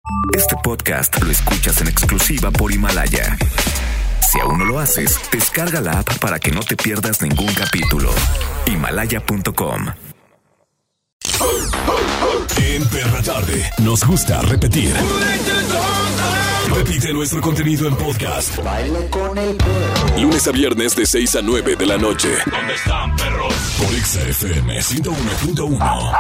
Este podcast lo escuchas en exclusiva por Himalaya. Si aún no lo haces, descarga la app para que no te pierdas ningún capítulo. Himalaya.com. En Perra Tarde nos gusta repetir. Repite nuestro contenido en podcast. Baila con el perro. Lunes a viernes de 6 a 9 de la noche. ¿Dónde están, perros? Por XFM 101.1.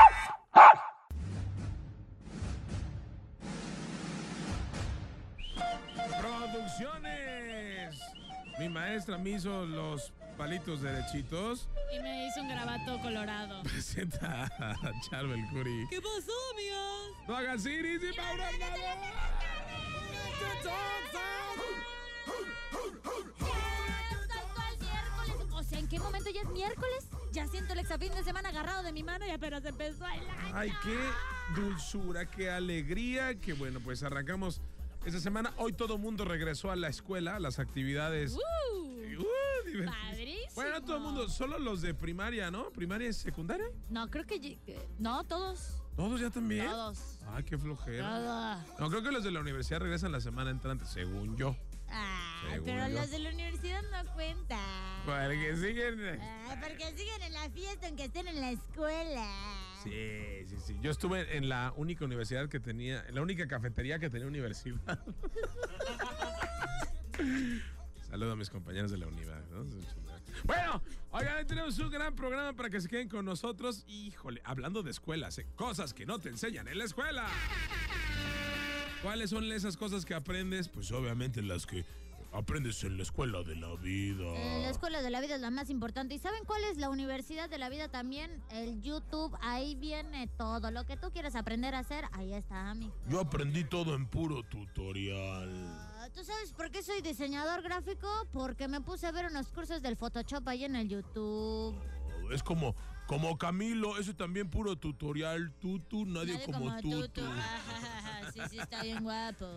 Producciones. Mi maestra me hizo los palitos derechitos. Y me hizo un grabato colorado. Presenta a Charbel Curry. ¿Qué pasó, amigos? No hagan Siris y Mauro O sea, ¿en qué momento ya es miércoles? Ya siento el exafín de semana agarrado de mi mano y apenas empezó el año. Ay, qué dulzura, qué alegría. Que bueno, pues arrancamos esta semana. Hoy todo mundo regresó a la escuela, a las actividades. Divertidas. Padrísimo. Bueno, todo el mundo, solo los de primaria, ¿no? ¿Primaria y secundaria? No, creo que... No, todos. ¿Todos ya también? Todos. Ay, qué flojera. Todos. No, creo que los de la universidad regresan la semana entrante, según yo. Ay, Según pero yo. los de la universidad no cuentan. Porque siguen. Ay, porque siguen en la fiesta aunque estén en la escuela. Sí. Yo estuve en la única universidad que tenía, en la única cafetería que tenía universidad. Saludo a mis compañeros de la universidad, ¿no? Bueno, oigan, tenemos un gran programa para que se queden con nosotros. Híjole, hablando de escuelas, cosas que no te enseñan en la escuela. ¿Cuáles son esas cosas que aprendes? Pues obviamente las que aprendes en la escuela de la vida. La escuela de la vida es la más importante. ¿Y saben cuál es la universidad de la vida también? El YouTube. Ahí viene todo. Lo que tú quieres aprender a hacer, ahí está, amigo. Yo aprendí todo en puro tutorial. ¿Tú sabes por qué soy diseñador gráfico? Porque me puse a ver unos cursos del Photoshop ahí en el YouTube. Es como Camilo, ese también puro tutorial. Nadie como Tutu. Sí, está bien guapo.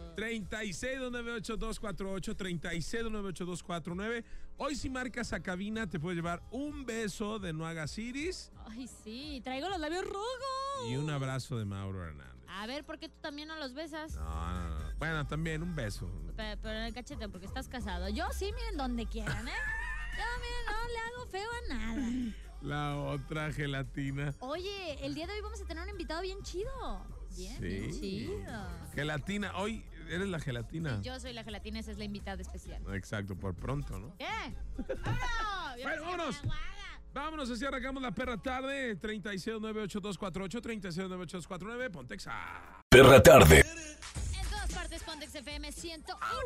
36298248, 36298249. Hoy si marcas a cabina te puedes llevar un beso de No Hagas Iris Ay, sí, traigo los labios rojos. y un abrazo de Mauro Hernández. A ver, ¿por qué tú también no los besas? No. Bueno, también un beso. Pero en el cachete, porque estás casado. Yo sí, miren, donde quieran, ¿eh? Yo, miren, no le hago feo a nada. La otra gelatina. Oye, el día de hoy vamos a tener un invitado bien chido. Bien chido. Gelatina, hoy eres la gelatina. Sí, yo soy la gelatina, esa es la invitada especial. Exacto, por pronto, ¿no? ¿Qué? ¡Vámonos! Bueno, vámonos. Vámonos, así arrancamos la perra tarde. 36298248, 36298249. Pontexa. Perra Tarde. En todas partes, Pontex FM 101.1.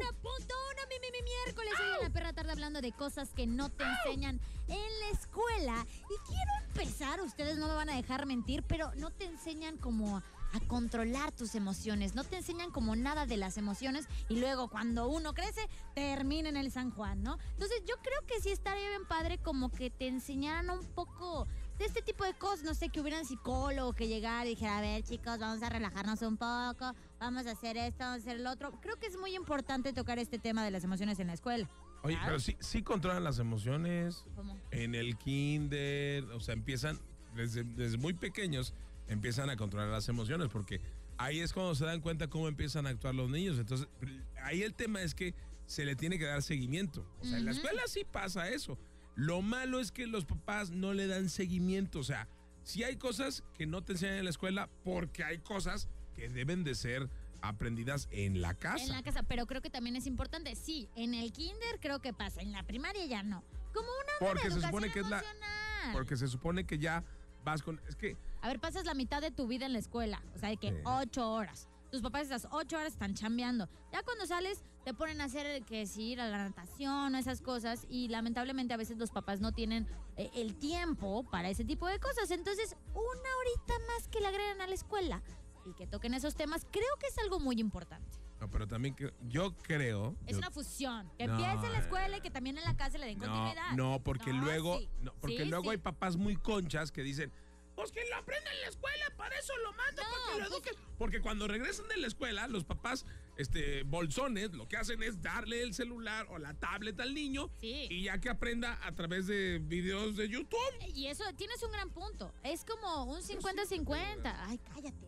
Mi miércoles. Hoy en la perra tarde hablando de cosas que no te enseñan en la escuela. Y quiero empezar, ustedes no me van a dejar mentir, pero no te enseñan como a controlar tus emociones. No te enseñan como nada de las emociones. Y luego cuando uno crece, termina en el San Juan, ¿no? Entonces yo creo que sí estaría bien padre como que te enseñaran un poco de este tipo de cosas. No sé, que hubiera un psicólogo que llegara y dijera, a ver, chicos, vamos a relajarnos un poco, vamos a hacer esto, vamos a hacer el otro. Creo que es muy importante tocar este tema de las emociones en la escuela. Oye, ¿Claro? pero sí controlan las emociones. ¿Cómo? En el kinder, o sea, empiezan desde muy pequeños, empiezan a controlar las emociones, porque ahí es cuando se dan cuenta cómo empiezan a actuar los niños. Entonces, ahí el tema es que se le tiene que dar seguimiento. O sea, en la escuela sí pasa eso. Lo malo es que los papás no le dan seguimiento. O sea, sí hay cosas que no te enseñan en la escuela, porque hay cosas que deben de ser aprendidas en la casa. En la casa, pero creo que también es importante. Sí, en el kinder creo que pasa, en la primaria ya no. Como una Porque se supone que es emocional. porque se supone que ya vas con... Es que... A ver, pasas la mitad de tu vida en la escuela, o sea, de que Sí. 8 horas. Tus papás esas 8 horas están chambeando. Ya cuando sales, te ponen a hacer que si ir a la natación o esas cosas. Y lamentablemente a veces los papás no tienen el tiempo para ese tipo de cosas. Entonces, una horita más que le agregan a la escuela y que toquen esos temas, creo que es algo muy importante. No, pero también yo creo... Es una fusión. Que No, empiece en la escuela y que también en la casa le den continuidad. No, porque luego, sí. porque Sí, luego sí. hay papás muy conchas que dicen, pues que lo aprenda en la escuela, para eso lo mando, para que lo eduquen. Porque cuando regresan de la escuela, los papás, bolsones, lo que hacen es darle el celular o la tablet al niño, Sí. y ya que aprenda a través de videos de YouTube. Y eso tienes un gran punto. Es como un 50-50. Ay, cállate.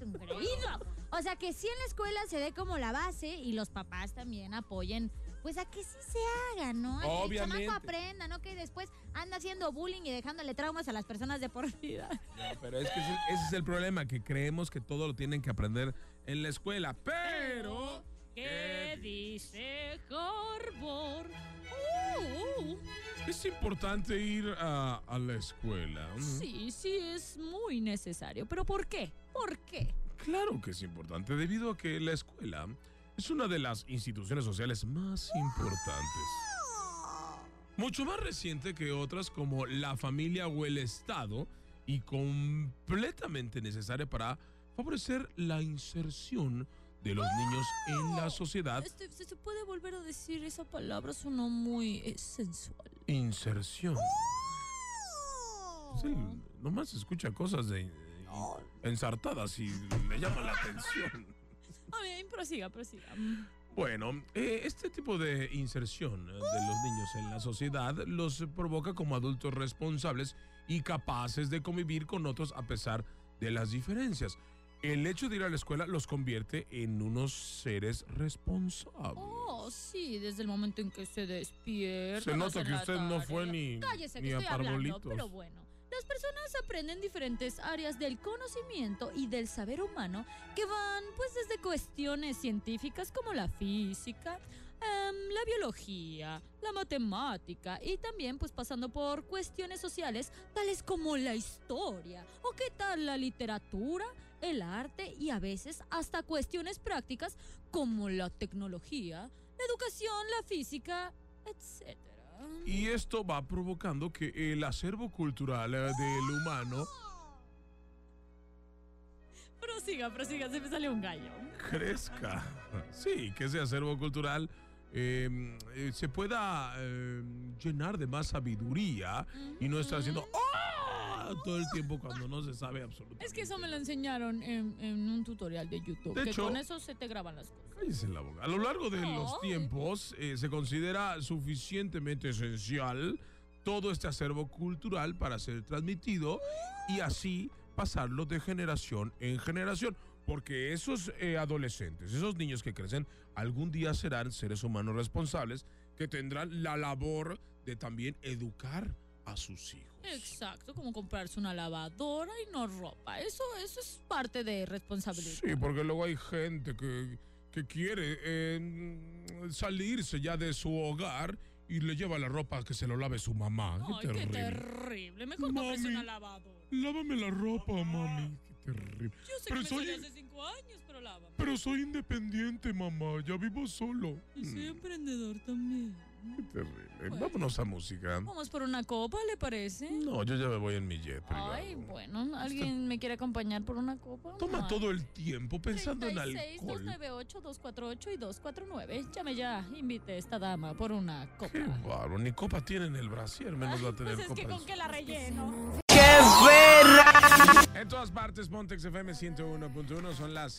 engreído. O sea, que sí en la escuela se dé como la base y los papás también apoyen, pues a que sí se haga, ¿no? Que el chamaco aprenda, ¿no? Que después anda haciendo bullying y dejándole traumas a las personas de por vida. No, pero es que ese es el problema, que creemos que todo lo tienen que aprender en la escuela, pero... ¿Qué dice Harbor? Es importante ir a la escuela. Sí, es muy necesario. ¿Pero por qué? ¿Por qué? Claro que es importante, debido a que la escuela es una de las instituciones sociales más importantes. Mucho más reciente que otras como la familia o el Estado, y completamente necesaria para favorecer la inserción de los niños en la sociedad. ¿Se puede volver a decir esa palabra? Sonó muy sensual. Inserción. Sí, nomás escucha cosas ensartadas y le llama la atención. A bien, prosiga. Bueno, este tipo de inserción de los niños en la sociedad los provoca como adultos responsables y capaces de convivir con otros a pesar de las diferencias. El hecho de ir a la escuela los convierte en unos seres responsables. Oh, sí, desde el momento en que se despierta. Se nota que usted no fue ni a Parbolitos. Pero bueno, las personas aprenden diferentes áreas del conocimiento y del saber humano que van pues desde cuestiones científicas como la física, la biología, la matemática y también pues pasando por cuestiones sociales tales como la historia o qué tal la literatura, el arte y a veces hasta cuestiones prácticas como la tecnología, la educación, la física, etc. Y esto va provocando que el acervo cultural del humano... Prosiga, se me salió un gallo. Crezca. Sí, que ese acervo cultural se pueda llenar de más sabiduría y no estar haciendo todo el tiempo cuando no se sabe absolutamente. Es que eso me lo enseñaron en un tutorial de YouTube. De hecho, con eso se te graban las cosas. Cállese la boca. A lo largo de los tiempos se considera suficientemente esencial todo este acervo cultural para ser transmitido y así pasarlo de generación en generación. Porque esos adolescentes, esos niños que crecen, algún día serán seres humanos responsables que tendrán la labor de también educar a sus hijos. Exacto, como comprarse una lavadora y no ropa. Eso es parte de responsabilidad. Sí, porque luego hay gente que quiere salirse ya de su hogar y le lleva la ropa que se lo lave su mamá. Ay, qué terrible. Mejor comprarse una lavadora. Lávame la ropa, mami. Qué terrible. Yo sé que me salí hace 5 años, pero lávame. Pero soy independiente, mamá. Ya vivo solo. Y soy emprendedor también. Qué terrible. Bueno, vámonos a música. Vamos por una copa, ¿le parece? No, yo ya me voy en mi jet privado. Ay, bueno, ¿alguien me quiere acompañar por una copa? Toma todo el tiempo pensando en alcohol. 298-248 y 249. Llame ya, invite a esta dama por una copa. Qué bárbaro, ni copa tiene en el brasier, menos va a tener pues copa. Es que con qué la relleno. ¡Qué perra! En todas partes, Pontex FM 101.1, son las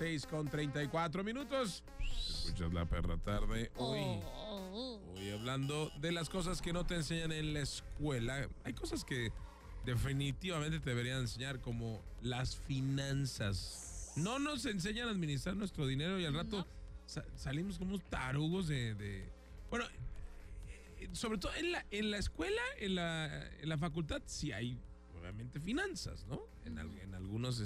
6:34. Escuchas La Perra Tarde. Hoy hablando de las cosas que no te enseñan en la escuela. Hay cosas que definitivamente te deberían enseñar, como las finanzas. No nos enseñan a administrar nuestro dinero y al rato salimos como unos tarugos de... Bueno, sobre todo en la escuela, en la facultad, sí hay obviamente finanzas, ¿no? En algunos,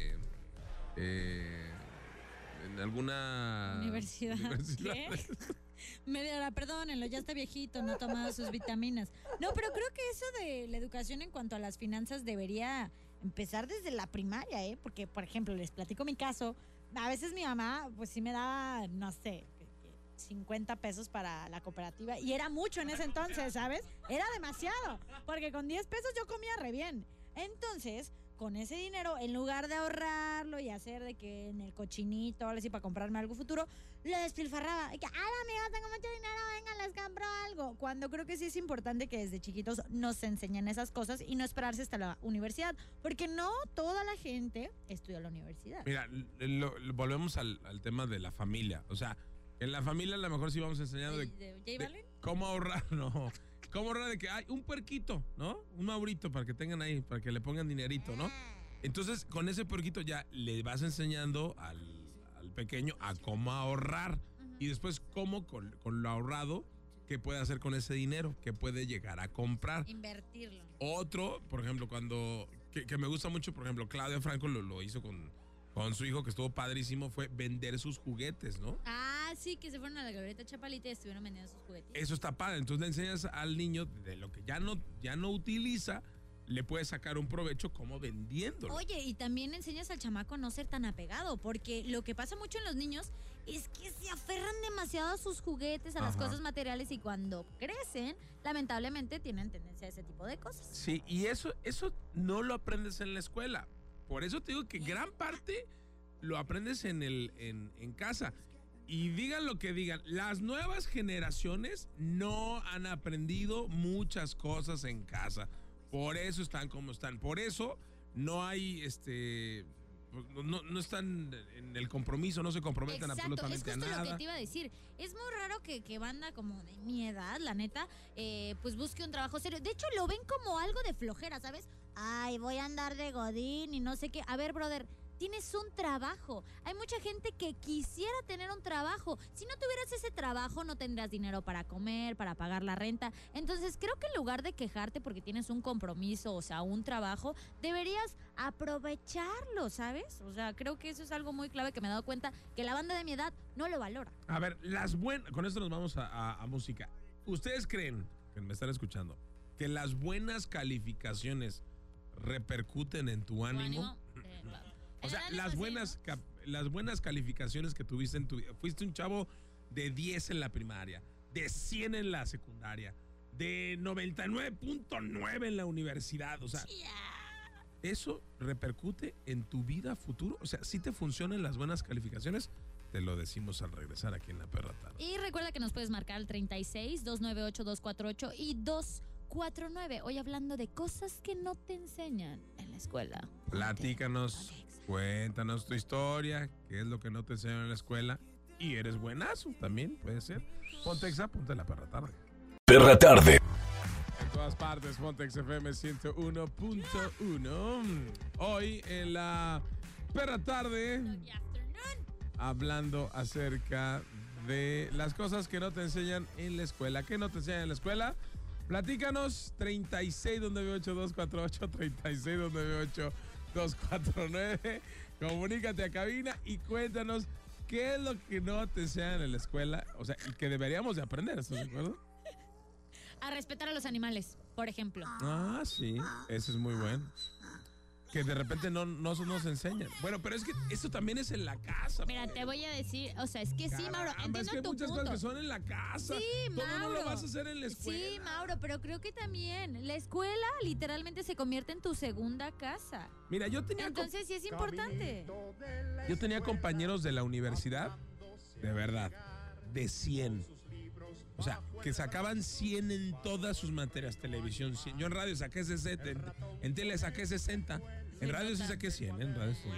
en alguna universidad. ¿Qué? Media hora, perdónenlo, ya está viejito, no ha tomado sus vitaminas. No, pero creo que eso de la educación en cuanto a las finanzas debería empezar desde la primaria, ¿eh? Porque, por ejemplo, les platico mi caso. A veces mi mamá, pues sí me daba, no sé, 50 pesos para la cooperativa. Y era mucho en ese entonces, ¿sabes? Era demasiado. Porque con 10 pesos yo comía re bien. Entonces, con ese dinero, en lugar de ahorrarlo y hacer de que en el cochinito, ahora sí, para comprarme algo futuro, lo despilfarraba. Y que, amiga, tengo mucho dinero, venga, les compro algo. Cuando creo que sí es importante que desde chiquitos nos enseñen esas cosas y no esperarse hasta la universidad. Porque no toda la gente estudia en la universidad. Mira, volvemos al tema de la familia. O sea, en la familia a lo mejor sí vamos enseñando de cómo ahorrar, no. Cómo ahorrar de que hay un puerquito, ¿no? Un maurito para que tengan ahí, para que le pongan dinerito, ¿no? Entonces, con ese puerquito ya le vas enseñando al pequeño a cómo ahorrar. Y después cómo con lo ahorrado, qué puede hacer con ese dinero, qué puede llegar a comprar. Invertirlo. Otro, por ejemplo, que me gusta mucho, por ejemplo, Claudia Franco lo hizo con su hijo, que estuvo padrísimo, fue vender sus juguetes, ¿no? Ah, sí, que se fueron a la glorieta Chapalita y estuvieron vendiendo sus juguetes. Eso está padre. Entonces le enseñas al niño de lo que ya no utiliza, le puedes sacar un provecho como vendiéndolo. Oye, y también enseñas al chamaco a no ser tan apegado, porque lo que pasa mucho en los niños es que se aferran demasiado a sus juguetes, a las cosas materiales, y cuando crecen, lamentablemente tienen tendencia a ese tipo de cosas. Sí, y eso no lo aprendes en la escuela. Por eso te digo que gran parte lo aprendes en casa. Y digan lo que digan, las nuevas generaciones no han aprendido muchas cosas en casa. Por eso están como están. Por eso no hay no están en el compromiso, no se comprometen absolutamente a nada. Es justo lo que te iba a decir. Es muy raro que banda como de mi edad, la neta, pues busque un trabajo serio. De hecho, lo ven como algo de flojera, ¿sabes? Ay, voy a andar de godín y no sé qué. A ver, brother, tienes un trabajo. Hay mucha gente que quisiera tener un trabajo. Si no tuvieras ese trabajo, no tendrías dinero para comer, para pagar la renta. Entonces, creo que en lugar de quejarte porque tienes un compromiso, o sea, un trabajo, deberías aprovecharlo, ¿sabes? O sea, creo que eso es algo muy clave que me he dado cuenta que la banda de mi edad no lo valora. A ver, con esto nos vamos a música. ¿Ustedes creen, que me están escuchando, que las buenas calificaciones repercuten en tu ánimo? O sea, las buenas calificaciones que tuviste en tu vida. Fuiste un chavo de 10 en la primaria, de 100 en la secundaria, de 99.9 en la universidad. O sea, ¿eso repercute en tu vida futuro? O sea, ¿sí te funcionan las buenas calificaciones? Te lo decimos al regresar aquí en La Perra Tarde. Y recuerda que nos puedes marcar al 36-298-248 y 249. Hoy hablando de cosas que no te enseñan en la escuela. Platícanos. Cuéntanos tu historia, qué es lo que no te enseñaron en la escuela. Y eres buenazo, también puede ser. Pontexa, ponte La Perra Tarde. Perra Tarde. En todas partes, Pontex FM 101.1. Hoy en La Perra Tarde, hablando acerca de las cosas que no te enseñan en la escuela. ¿Qué no te enseñan en la escuela? Platícanos, 36-298-248, 36-298-249. Comunícate a cabina y cuéntanos qué es lo que no te enseñan en la escuela. O sea, y que deberíamos de aprender, ¿estás de acuerdo? A respetar a los animales, por ejemplo. Ah, sí, eso es muy bueno. Que de repente no nos enseñan. Bueno, pero es que esto también es en la casa. Mira, te voy a decir, o sea, es que sí, Mauro, entiendo es que hay tu muchas punto. cosas que son en la casa. Sí, Todo Mauro. no lo vas a hacer en la escuela. Sí, Mauro, pero creo que también la escuela literalmente se convierte en tu segunda casa. Mira, Entonces sí es importante. Yo tenía compañeros de la universidad, de verdad, de 100. O sea, que sacaban 100 en todas sus materias, televisión 100. Yo en radio saqué 60, en tele saqué 60. En radio sí saqué 100, en radio sí.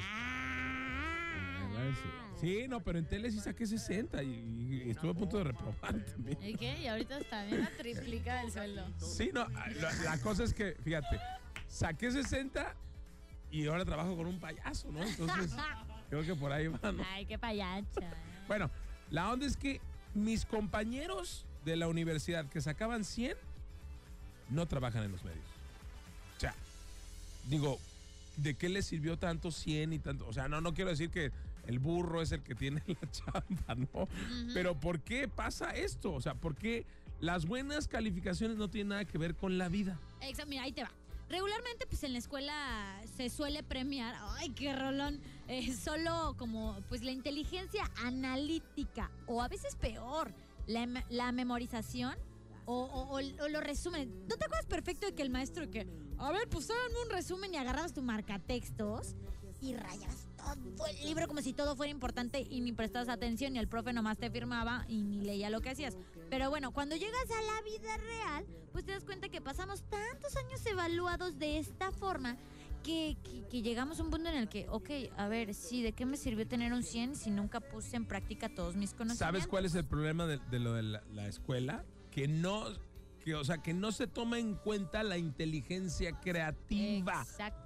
Sí, no, pero en tele sí saqué 60 y estuve a punto de reprobar también. ¿Y qué? Y ahorita está bien, triplica el sueldo. Sí, no, la cosa es que, fíjate, saqué 60 y ahora trabajo con un payaso, ¿no? Entonces, creo que por ahí va, ¿no? Ay, qué payacha. Bueno, la onda es que mis compañeros de la universidad que sacaban 100 no trabajan en los medios. O sea, digo, ¿de qué les sirvió tanto 100 y tanto? O sea, no quiero decir que el burro es el que tiene la chamba, ¿no? Pero ¿por qué pasa esto? O sea, ¿por qué las buenas calificaciones no tienen nada que ver con la vida? Exacto, mira, ahí te va. Regularmente, pues en la escuela se suele premiar, ay, qué rolón, solo como pues la inteligencia analítica, o a veces peor, la memorización o los resúmenes. ¿No te acuerdas perfecto de que el maestro que, a ver, pues háganme un resumen y agarrabas tu marcatextos y rayabas todo el libro como si todo fuera importante y ni prestabas atención y el profe nomás te firmaba y ni leía lo que hacías? Pero bueno, cuando llegas a la vida real, pues te das cuenta que pasamos tantos años evaluados de esta forma que llegamos a un punto en el que, ok, a ver, sí, ¿de qué me sirvió tener un 100 si nunca puse en práctica todos mis conocimientos? ¿Sabes cuál es el problema de lo de la escuela? Que no se toma en cuenta la inteligencia creativa. Exacto.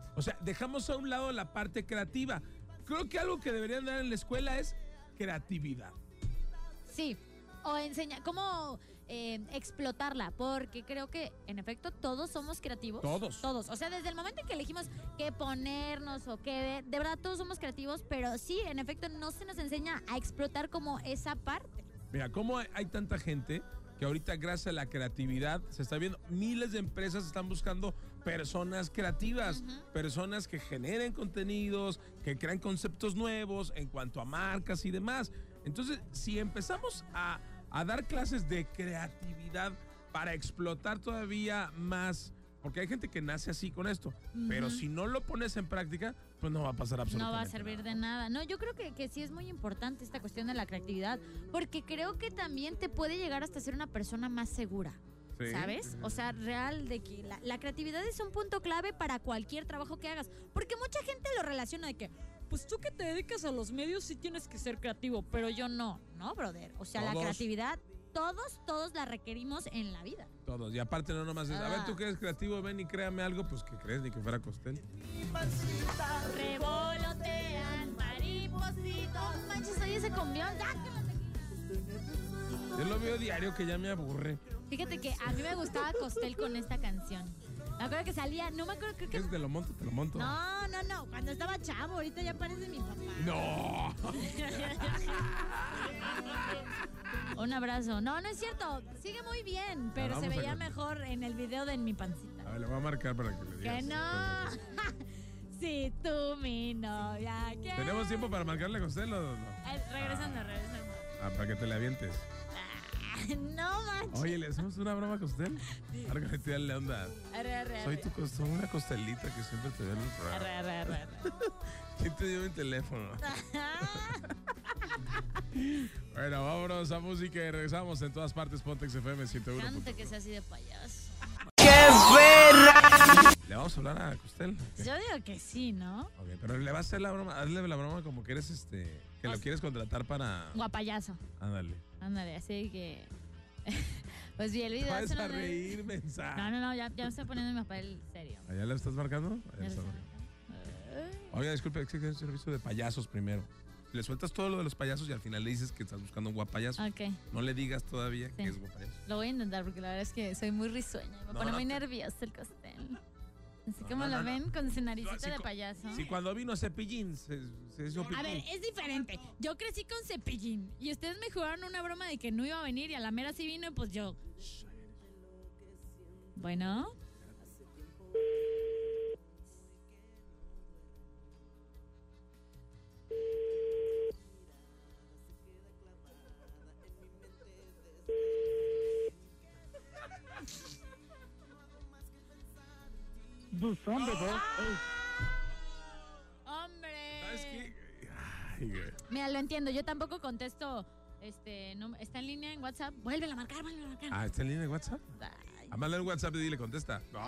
O sea, dejamos a un lado la parte creativa. Creo que algo que deberían dar en la escuela es creatividad. Sí, o enseñar cómo explotarla, porque creo que en efecto todos somos creativos. Todos. Todos. O sea, desde el momento en que elegimos qué ponernos o qué ver, de verdad todos somos creativos, pero sí, en efecto no se nos enseña a explotar como esa parte. Mira, cómo hay tanta gente que ahorita gracias a la creatividad se está viendo, miles de empresas están buscando personas creativas, personas que generen contenidos, que crean conceptos nuevos en cuanto a marcas y demás. Entonces, si empezamos a dar clases de creatividad para explotar todavía más, porque hay gente que nace así con esto, pero si no lo pones en práctica, pues no va a pasar absolutamente No va a servir de nada. No, yo creo que sí es muy importante esta cuestión de la creatividad, porque creo que también te puede llegar hasta ser una persona más segura. Sí. ¿Sabes? O sea, real de que la creatividad es un punto clave para cualquier trabajo que hagas, porque mucha gente lo relaciona de que pues tú que te dedicas a los medios sí tienes que ser creativo, pero yo no, brother. O sea, Todos. la creatividad, todos la requerimos en la vida. Todos, y aparte no nomás es, a ver, tú que eres creativo, ven y créame algo, pues que crees, ni que fuera Costel. Revolotean, maripositos. Manches, oye ese cumbión. Yo lo veo diario que ya me aburre. Fíjate que a mí me gustaba Costel con esta canción. Me acuerdo que salía, no me acuerdo, creo que... Te lo monto. No, cuando estaba chavo, ahorita ya parece mi papá. No. Un abrazo. No es cierto, sigue muy bien, pero Vamos se a veía cantar. mejor en el video de En mi pancita. A ver, le voy a marcar para que le digas. Que no. Si tú mi novia quieres. ¿Tenemos tiempo para marcarle a Costel o no? Regresando. Para que te le avientes. No manches. Oye, ¿le hacemos una broma a Costel? Ahora que te dale onda. Soy una Costelita que siempre te veo en el programa. ¿Quién te dio mi teléfono? Bueno, vámonos a música y regresamos en todas partes. Pontex FM 101. Cante que sea así de payaso. ¿Le vamos a hablar a Costel? Yo digo que sí, ¿no? Ok, pero le vas a hacer la broma, hazle la broma como que eres que lo quieres contratar para... Guapayazo. Ándale. Así que... Pues vi el video. Vas hace a unos reír, días. mensaje. No, ya me estoy poniendo mi papel serio. ¿Allá le estás marcando? Ya lo estoy marcando. Oiga, disculpe, es que es servicio de payasos primero. Le sueltas todo lo de los payasos y al final le dices que estás buscando un guapayaso. Ok, No le digas todavía que es guapayaso. lo voy a intentar porque la verdad es que soy muy risueña. Me No, pone muy te- nerviosa el Costel. Así No, como no, lo no. ven con su naricita No, sí, de payaso. Si cuando vino Cepillín se hizo pipí. A ver, es diferente. Yo crecí con Cepillín y ustedes me jugaron una broma de que no iba a venir y a la mera sí vino y pues yo. Bueno. Buzón de voz. ¡Hombre! ¿Sabes qué? Ay, güey. Mira, lo entiendo. Yo tampoco contesto. No, está en línea en WhatsApp. Vuélvela a marcar. Ah, ¿está en línea de WhatsApp? Ay. Mándale un WhatsApp y dile, contesta. No.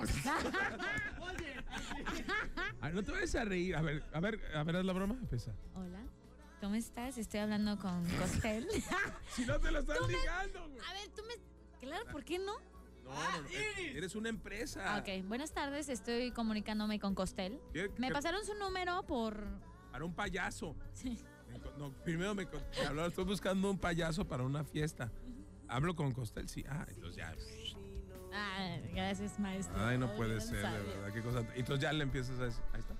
Ay, no te vayas a reír. A ver, haz la broma. Empieza. Hola, ¿cómo estás? Estoy hablando con Costel. Si no te lo están ligando, güey. A ver, tú me... Claro, ¿por qué no? No, eres una empresa. Ok, buenas tardes. Estoy comunicándome con Costel. Me pasaron su número por... Para un payaso. Sí. No, primero me habló, estoy buscando un payaso para una fiesta. Hablo con Costel, sí. Ah, entonces ya. Ah, gracias, maestro. Ay, no Oye, puede no ser, de sabía. verdad, qué cosa. Entonces ya le empiezas a decir, ahí está.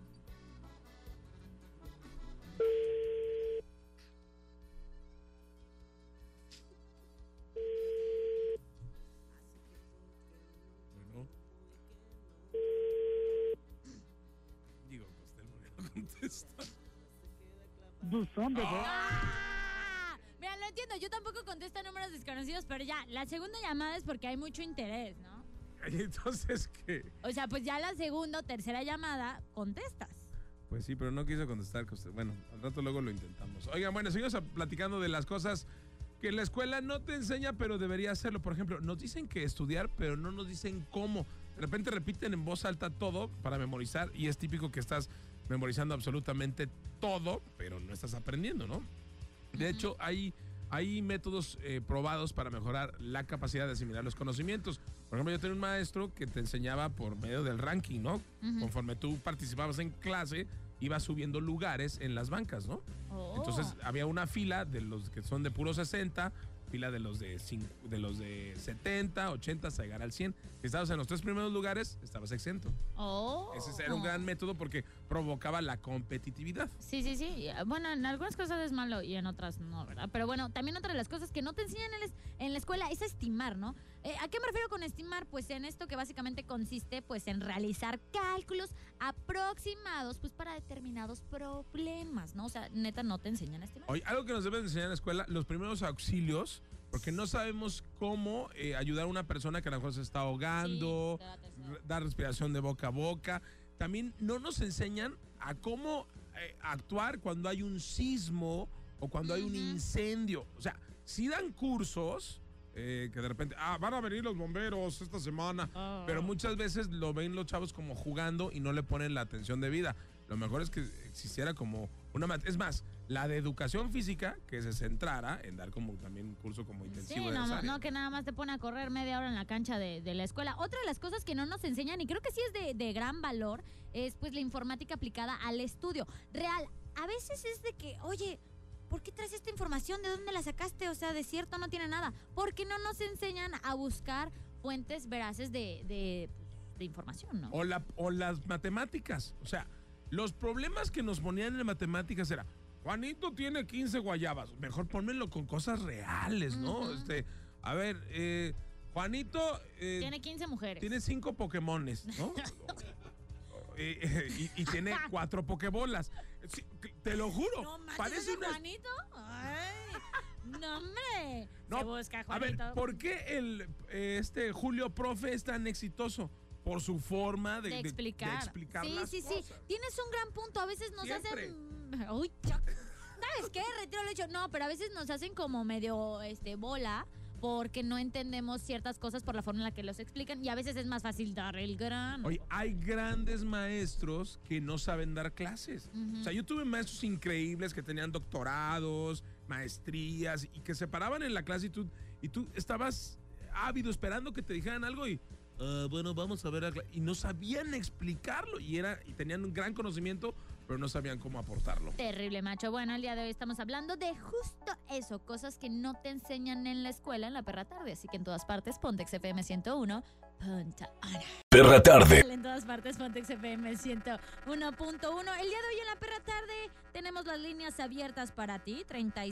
Bueno. Digo, Costel no contesta. Buzón de voz. ¡Ah! Mira, lo entiendo. Yo tampoco contesto números desconocidos, pero ya, la segunda llamada es porque hay mucho interés, ¿no? Y entonces, ¿qué? O sea, pues ya la segunda o tercera llamada contestas. Pues sí, pero no quiso contestar. Bueno, al rato luego lo intentamos. Oigan, bueno, seguimos platicando de las cosas que en la escuela no te enseña, pero debería hacerlo. Por ejemplo, nos dicen que estudiar, pero no nos dicen cómo. De repente repiten en voz alta todo para memorizar y es típico que estás memorizando absolutamente todo, pero no estás aprendiendo, ¿no? De hecho, hay métodos probados para mejorar la capacidad de asimilar los conocimientos. Por ejemplo, yo tenía un maestro que te enseñaba por medio del ranking, ¿no? Ujú. Conforme tú participabas en clase, ibas subiendo lugares en las bancas, ¿no? Oh. Entonces había una fila de los que son de puro 60, fila de los de 70, 80 hasta llegar al 100. Si estabas en los 3 primeros lugares, estabas exento. Oh. Ese era un gran método porque provocaba la competitividad. Sí. Bueno, en algunas cosas es malo y en otras no, ¿verdad? Pero bueno, también otra de las cosas que no te enseñan en la escuela es estimar, ¿no? ¿A qué me refiero con estimar? Pues en esto que básicamente consiste pues en realizar cálculos aproximados pues para determinados problemas, ¿no? O sea, neta no te enseñan a estimar. Oye, algo que nos deben enseñar en la escuela, los primeros auxilios, porque no sabemos cómo ayudar a una persona que a lo mejor se está ahogando, Sí, te da tercera. dar respiración de boca a boca. También no nos enseñan a cómo actuar cuando hay un sismo o cuando hay un Ujú. incendio. O sea, sí dan cursos que de repente, van a venir los bomberos esta semana, Oh. pero muchas veces lo ven los chavos como jugando y no le ponen la atención debida. Lo mejor es que existiera como es más, la de educación física que se centrara en dar como también un curso como intensivo Sí, de no, esa área. no, que nada más te pone a correr media hora en la cancha de la escuela. Otra de las cosas que no nos enseñan, y creo que sí es de gran valor, es pues la informática aplicada al estudio. Real, a veces es de que, oye, ¿por qué traes esta información? ¿De dónde la sacaste? O sea, de cierto no tiene nada. Porque no nos enseñan a buscar fuentes veraces de información, ¿no? O las matemáticas. O sea, los problemas que nos ponían en matemáticas era, Juanito tiene 15 guayabas. Mejor pónmelo con cosas reales, ¿no? Ujú. A ver, Juanito Tiene 15 mujeres. tiene 5 Pokémones, ¿no? y tiene 4 Pokebolas. Sí, te lo juro. No manches, parece ¿ese una... Juanito? Ay, no, hombre. No, Se busca A ver, Juanito. ¿por qué este Julio Profe es tan exitoso? Por su forma de explicar. de explicar sí, las sí. cosas. Tienes un gran punto. A veces nos Siempre. hacen. Uy, ya. ¿Sabes qué? Retiro lo hecho. No, pero a veces nos hacen como medio bola porque no entendemos ciertas cosas por la forma en la que los explican y a veces es más fácil dar el grano. Oye, hay grandes maestros que no saben dar clases. Ujú. O sea, yo tuve maestros increíbles que tenían doctorados, maestrías y que se paraban en la clase y tú estabas ávido esperando que te dijeran algo y bueno, vamos a ver y no sabían explicarlo y tenían un gran conocimiento, pero no sabían cómo aportarlo. Terrible, macho. Bueno, el día de hoy estamos hablando de justo eso, cosas que no te enseñan en la escuela, en la perra tarde. Así que en todas partes, Pontex FM 101. Punta Ana. Perra tarde. En todas partes, Pontex FM 101.1. El día de hoy en la perra tarde tenemos las líneas abiertas para ti,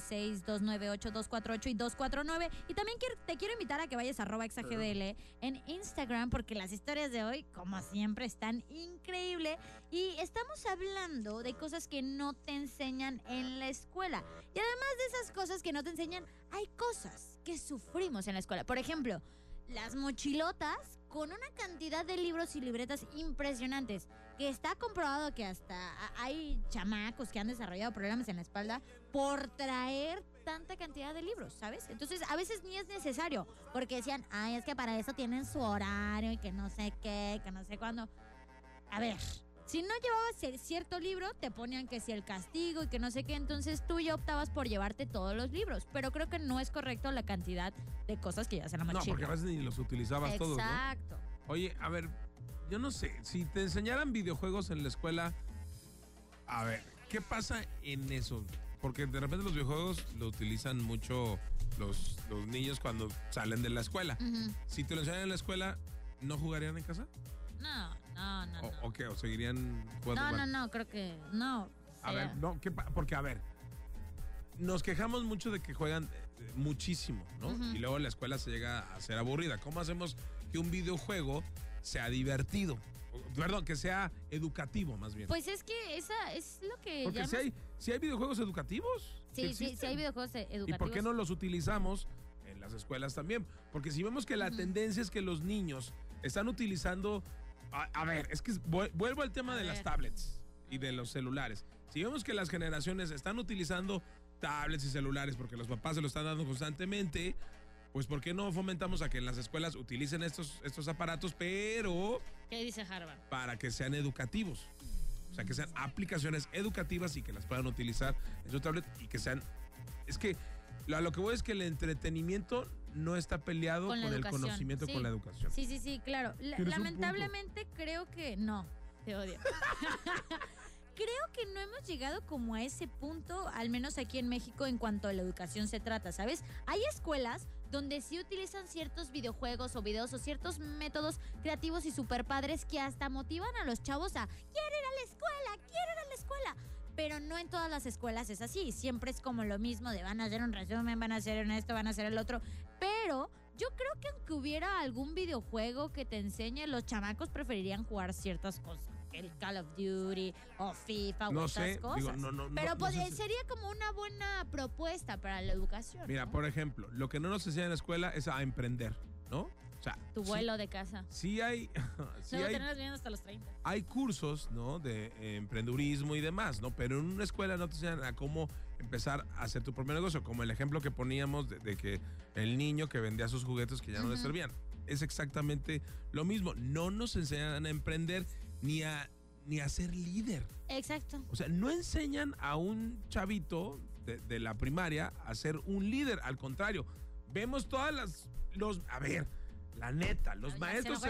36-298-248 y 249. Y también te quiero invitar a que vayas a @exagdl en Instagram, porque las historias de hoy, como siempre, están increíbles. Y estamos hablando de cosas que no te enseñan en la escuela. Y además de esas cosas que no te enseñan, hay cosas que sufrimos en la escuela. Por ejemplo, las mochilotas con una cantidad de libros y libretas impresionantes, que está comprobado que hasta hay chamacos que han desarrollado problemas en la espalda por traer tanta cantidad de libros, ¿sabes? Entonces, a veces ni es necesario, porque decían, ay, es que para eso tienen su horario y que no sé qué, que no sé cuándo. A ver, si no llevabas cierto libro, te ponían que si el castigo y que no sé qué, entonces tú ya optabas por llevarte todos los libros, pero creo que no es correcto la cantidad de cosas que llevas en la No, mochila. porque a veces ni los utilizabas todos, ¿no? Exacto. Oye, a ver, yo no sé, si te enseñaran videojuegos en la escuela, a ver, ¿qué pasa en eso? Porque de repente los videojuegos lo utilizan mucho los niños cuando salen de la escuela. Ujú. Si te lo enseñan en la escuela, ¿no jugarían en casa? No. ¿O qué? ¿O seguirían jugando? No, creo que no. A ver, no, porque a ver, nos quejamos mucho de que juegan muchísimo, ¿no? Ujú. Y luego la escuela se llega a ser aburrida. ¿Cómo hacemos que un videojuego sea divertido? Perdón, que sea educativo, más bien. Pues es que esa es lo que Porque ya si hay videojuegos educativos. que sí, existen. hay videojuegos educativos. ¿Y por qué no los utilizamos en las escuelas también? Porque si vemos que la Ujú. tendencia es que los niños están utilizando... A ver, es que vuelvo al tema A de las ver. tablets y de los celulares. Si vemos que las generaciones están utilizando tablets y celulares porque los papás se lo están dando constantemente, pues ¿por qué no fomentamos a que en las escuelas utilicen estos aparatos, pero ¿Qué dice Harvard? para que sean educativos? O sea, que sean aplicaciones educativas y que las puedan utilizar en su tablet y que sean... Es que a lo que voy es que el entretenimiento no está peleado Con con, la el educación, conocimiento, sí. con la educación. Sí, claro. Tienes un Lamentablemente creo que no. Te odio. Creo que no hemos llegado como a ese punto, al menos aquí en México, en cuanto a la educación se trata, ¿sabes? Hay escuelas donde sí utilizan ciertos videojuegos o videos o ciertos métodos creativos y super padres que hasta motivan a los chavos a quiero ir a la escuela, quiero ir a la escuela. Pero no en todas las escuelas es así. Siempre es como lo mismo de van a hacer un resumen, van a hacer en esto, van a hacer el otro. Pero yo creo que aunque hubiera algún videojuego que te enseñe, los chamacos preferirían jugar ciertas cosas. El Call of Duty o FIFA No o sé, otras cosas. digo, no, Pero no sé si- sería como una buena propuesta para la educación. Mira, ¿no? por ejemplo, lo que no nos enseñan en la escuela es a emprender, ¿no? O sea, Tu vuelo de casa. sí hay, sí Luego hay, tenemos viviendo hasta los 30. hay cursos, ¿no? De emprendurismo y demás, ¿no? Pero en una escuela no te enseñan a cómo empezar a hacer tu propio negocio, como el ejemplo que poníamos de que el niño que vendía sus juguetes que ya no le servían. Es exactamente lo mismo. No nos enseñan a emprender ni a ser líder. Exacto. O sea, no enseñan a un chavito de la primaria a ser un líder. Al contrario, vemos a ver, la neta, los maestros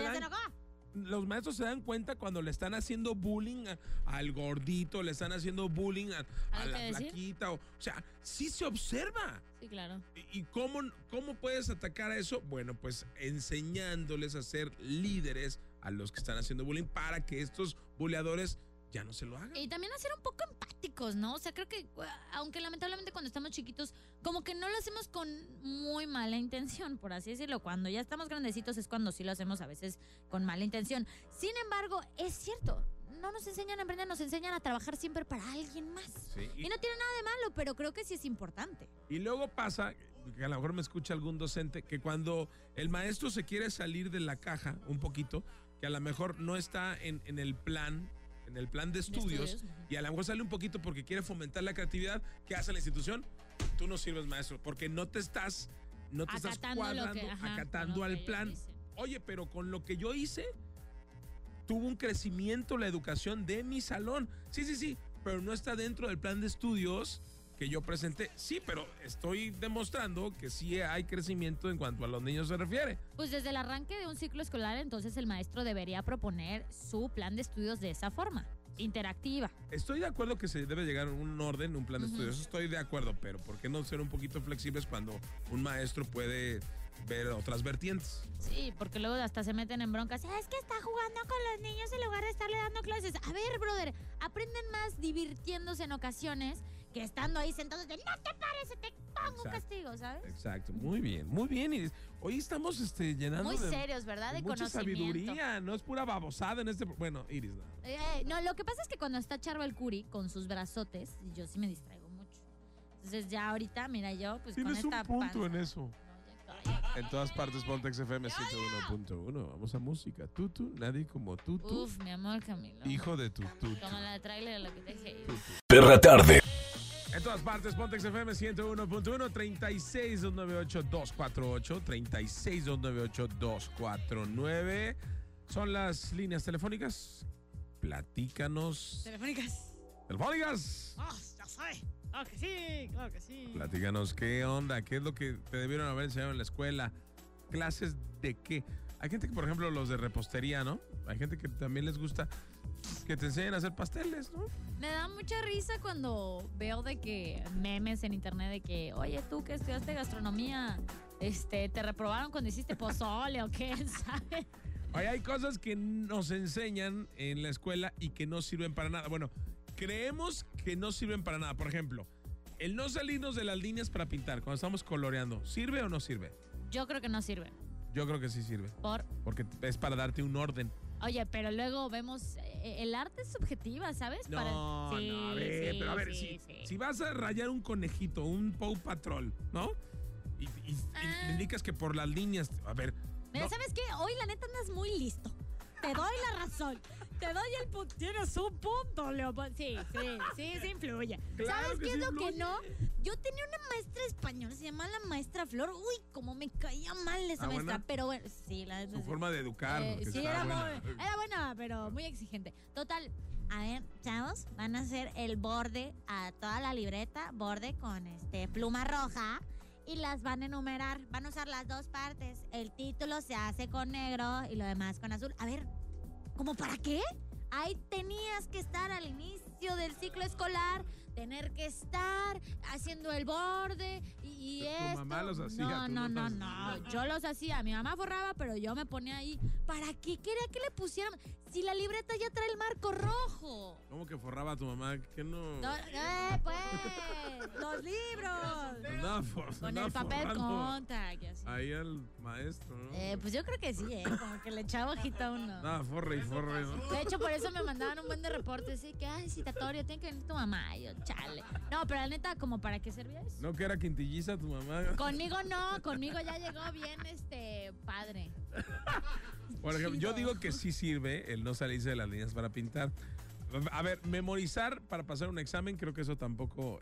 los maestros se dan cuenta cuando le están haciendo bullying al gordito, le están haciendo bullying a ¿Algo la que decir? flaquita. O sea, sí se observa. Sí, claro. ¿Y cómo puedes atacar a eso? Bueno, pues enseñándoles a ser líderes a los que están haciendo bullying para que estos buleadores ya no se lo hagan. Y también a ser un poco empáticos, ¿no? O sea, creo que, aunque lamentablemente cuando estamos chiquitos, como que no lo hacemos con muy mala intención, por así decirlo. Cuando ya estamos grandecitos es cuando sí lo hacemos a veces con mala intención. Sin embargo, es cierto, no nos enseñan a emprender, nos enseñan a trabajar siempre para alguien más. Sí, Y no tiene nada de malo, pero creo que sí es importante. Y luego pasa, que a lo mejor me escucha algún docente, que cuando el maestro se quiere salir de la caja un poquito, que a lo mejor no está en el plan de estudios, y a lo mejor sale un poquito porque quiere fomentar la creatividad, ¿qué hace la institución? Tú no sirves, maestro, porque no te estás Acatando cuadrando, acatando con lo al que plan. ellos dicen. Oye, pero con lo que yo hice, tuvo un crecimiento la educación de mi salón. Sí, pero no está dentro del plan de estudios que yo presenté. Sí, pero estoy demostrando que sí hay crecimiento en cuanto a los niños se refiere. Pues desde el arranque de un ciclo escolar, entonces el maestro debería proponer su plan de estudios de esa forma, interactiva. Estoy de acuerdo que se debe llegar a un orden, un plan de estudios. Eso estoy de acuerdo, pero ¿por qué no ser un poquito flexibles cuando un maestro puede ver otras vertientes? Sí, porque luego hasta se meten en broncas. Es que está jugando con los niños en lugar de estarle dando clases. A ver, brother, aprenden más divirtiéndose en ocasiones que estando ahí sentados de no te pares, te pongo un castigo, ¿sabes? Exacto, muy bien, muy bien. Y hoy estamos llenando Muy de serios, ¿verdad? De mucha conocimiento. sabiduría, no es pura babosada en este... Bueno, Iris, no. No, lo que pasa es que cuando está Charbel Curry con sus brazotes, yo sí me distraigo mucho. Entonces ya ahorita, mira, yo pues Tienes con esta un punto panza. en eso. No, ya cállate. En todas partes, Pontex FM 101.1. Vamos a música. Tutu, nadie como Tutu. Uf, mi amor, Camilo. Hijo de Tutu. Como la de trailer, lo que te dije. Perra tarde. En todas partes, Pontex FM 101.1, 36-298-248, 36-298-249. Son las líneas telefónicas. Platícanos. Telefónicas. ¡Telefónicas! Ya soy. Claro que sí, claro que sí. Platícanos, ¿qué onda? ¿Qué es lo que te debieron haber enseñado en la escuela? ¿Clases de qué? Hay gente que, por ejemplo, los de repostería, ¿no? Hay gente que también les gusta que te enseñen a hacer pasteles, ¿no? Me da mucha risa cuando veo de que memes en internet de que, oye, tú que estudiaste gastronomía, te reprobaron cuando hiciste pozole o qué, ¿sabes? Oye, hay cosas que nos enseñan en la escuela y que no sirven para nada. Bueno, creemos que no sirven para nada. Por ejemplo, el no salirnos de las líneas para pintar cuando estamos coloreando, ¿sirve o no sirve? Yo creo que no sirve. Yo creo que sí sirve. Por Porque es para darte un orden. Oye, pero luego vemos, el arte es subjetiva, ¿sabes? No, Sí, no, a ver, sí, pero a ver, sí. si vas a rayar un conejito, un Paw Patrol, ¿no? Y le indicas que por las líneas, a ver. Mira, no, ¿sabes qué? Hoy la neta andas muy listo. Te doy la razón. Te doy el punto. Tienes un punto, Leopoldo. Sí influye. Claro ¿Sabes que qué sí es lo que influye. no? Yo tenía una maestra de español, se llama la maestra Flor. Uy, cómo me caía mal esa maestra. ¿buena? Pero bueno, sí, la neta su sí. forma de educar. que Sí, está era buena. buena, pero muy exigente. Total, a ver, chavos, van a hacer el borde a toda la libreta, borde con pluma roja. y las van a enumerar. Van a usar las dos partes. El título se hace con negro y lo demás con azul. A ver, ¿cómo para qué? Ahí tenías que estar al inicio del ciclo escolar, tener que estar haciendo el borde y esto. Tu mamá los hacía. No. Yo los hacía. Mi mamá forraba, pero yo me ponía ahí. ¿Para qué quería que le pusieran? Si la libreta ya trae el marco rojo. ¿Cómo que forraba a tu mamá? ¿Qué no? Pues, los libros. Con el papel contact. Ahí al maestro, ¿no? Pues yo creo que sí, como que le echaba ojito a uno. Nada, forre, ¿no? De hecho, por eso me mandaban un buen de reportes, así que, citatorio, tiene que venir tu mamá. Y yo, chale. No, pero la neta, ¿como para qué servía eso? No, que era quintilliza tu mamá. Conmigo no, conmigo ya llegó bien, padre. Por ejemplo, yo digo que sí sirve el no salirse de las líneas para pintar. A ver, memorizar para pasar un examen, creo que eso tampoco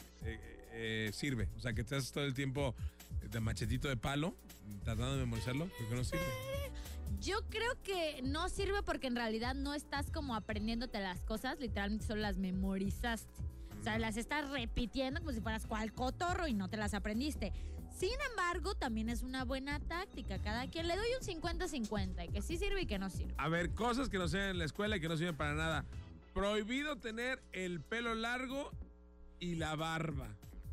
sirve. O sea, que estás todo el tiempo de machetito de palo tratando de memorizarlo, porque no sirve. Yo creo que no sirve porque en realidad no estás como aprendiéndote las cosas, literalmente solo las memorizaste. O sea, las estás repitiendo como si fueras cual cotorro y no te las aprendiste. Sin embargo, también es una buena táctica. Cada quien le doy un 50-50, y que sí sirve y que no sirve. A ver, cosas que no sean en la escuela y que no sirven para nada. Prohibido tener el pelo largo y la barba.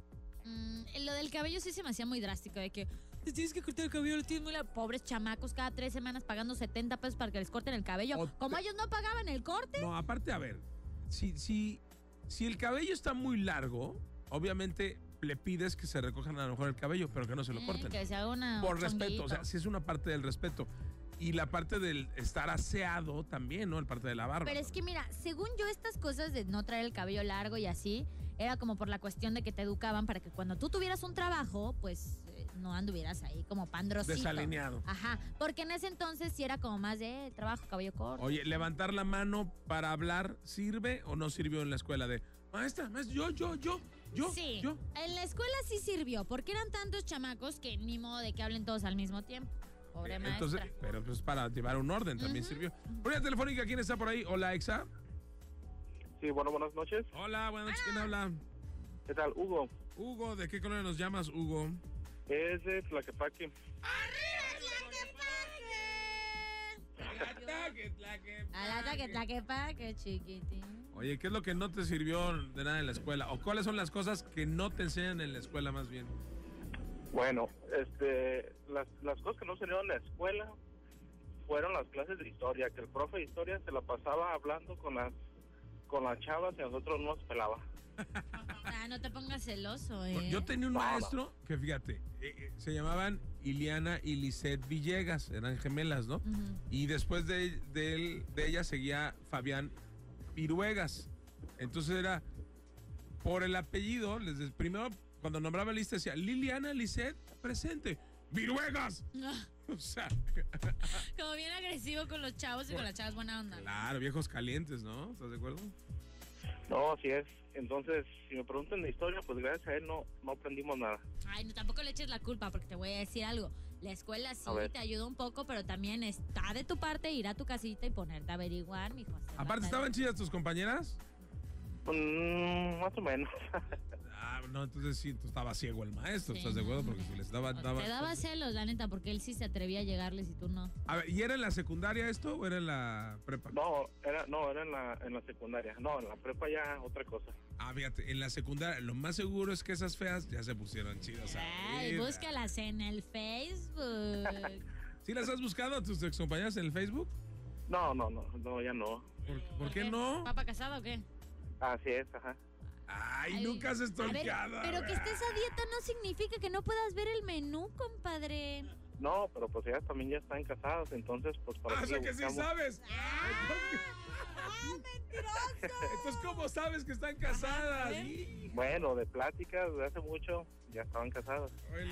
Lo del cabello sí se me hacía muy drástico, de que te tienes que cortar el cabello, lo tienes muy largo. Pobres chamacos, cada 3 semanas pagando 70 pesos para que les corten el cabello. Como ellos no pagaban el corte. No, aparte, a ver, si el cabello está muy largo, obviamente le pides que se recojan a lo mejor el cabello, pero que no se lo corten. Que se haga una por chonguito. respeto, o sea, sí es una parte del respeto. Y la parte del estar aseado también, ¿no? El parte de la barba. Pero es que mira, según yo, estas cosas de no traer el cabello largo y así, era como por la cuestión de que te educaban para que cuando tú tuvieras un trabajo, pues no anduvieras ahí como pandrocito. Desalineado. Ajá, porque en ese entonces sí era como más de trabajo, cabello corto. Oye, ¿levantar la mano para hablar sirve o no sirvió en la escuela? De, maestra, yo. Sí, en la escuela sí sirvió, porque eran tantos chamacos que ni modo de que hablen todos al mismo tiempo. Pobre maestra. Entonces, pero pues para llevar un orden también sirvió. Línea telefónica, ¿quién está por ahí? Hola, Exa. Sí, bueno, buenas noches. Hola, buenas noches. ¿Quién habla? ¿Qué tal, Hugo? Hugo, ¿de qué color nos llamas, Hugo? Es de Tlaquepaque. Tlaquepaque, chiquitín. Oye, ¿qué es lo que no te sirvió de nada en la escuela? ¿O cuáles son las cosas que no te enseñan en la escuela más bien? Bueno, las cosas que no salieron en la escuela fueron las clases de historia, que el profe de historia se la pasaba hablando con las chavas y a nosotros no nos pelaba. No te pongas celoso, Yo tenía un maestro que, fíjate, se llamaban Iliana y Lisette Villegas, eran gemelas, ¿no? Y después de ella seguía Fabián Viruegas. Entonces era por el apellido, primero cuando nombraba lista decía Liliana, Lisette, presente, Viruegas. O sea, como bien agresivo con los chavos y con las chavas buena onda. Claro, viejos calientes, ¿no? ¿Estás de acuerdo? No, así es. Entonces, si me preguntan de historia, pues gracias a él no aprendimos nada. Ay, no, tampoco le eches la culpa, porque te voy a decir algo. La escuela sí te ayuda un poco, pero también está de tu parte ir a tu casita y ponerte a averiguar, mijo. Aparte, ¿estaban chidas tus compañeras? Más o menos. No, entonces sí, tú estabas ciego el maestro, ¿estás de acuerdo? Porque si les daba... Te daba celos, la neta, porque él sí se atrevía a llegarles y tú no. A ver, ¿y era en la secundaria esto o era en la prepa? No, era en la secundaria. No, en la prepa ya otra cosa. Fíjate, en la secundaria, lo más seguro es que esas feas ya se pusieron chidas. Ay, búscalas en el Facebook. ¿Sí las has buscado a tus excompañeras en el Facebook? No, ya no. ¿Por qué no? ¿Papa casado o qué? Así es, ajá. Ay, nunca has stalkeado. Pero que estés a dieta no significa que no puedas ver el menú, compadre. No, pero pues ellas también ya están casadas, entonces pues para o sea que sí sabes. ¡Mentiroso! Entonces, ¿cómo sabes que están casadas? Bueno, de pláticas de hace mucho ya estaban casadas. Oílo.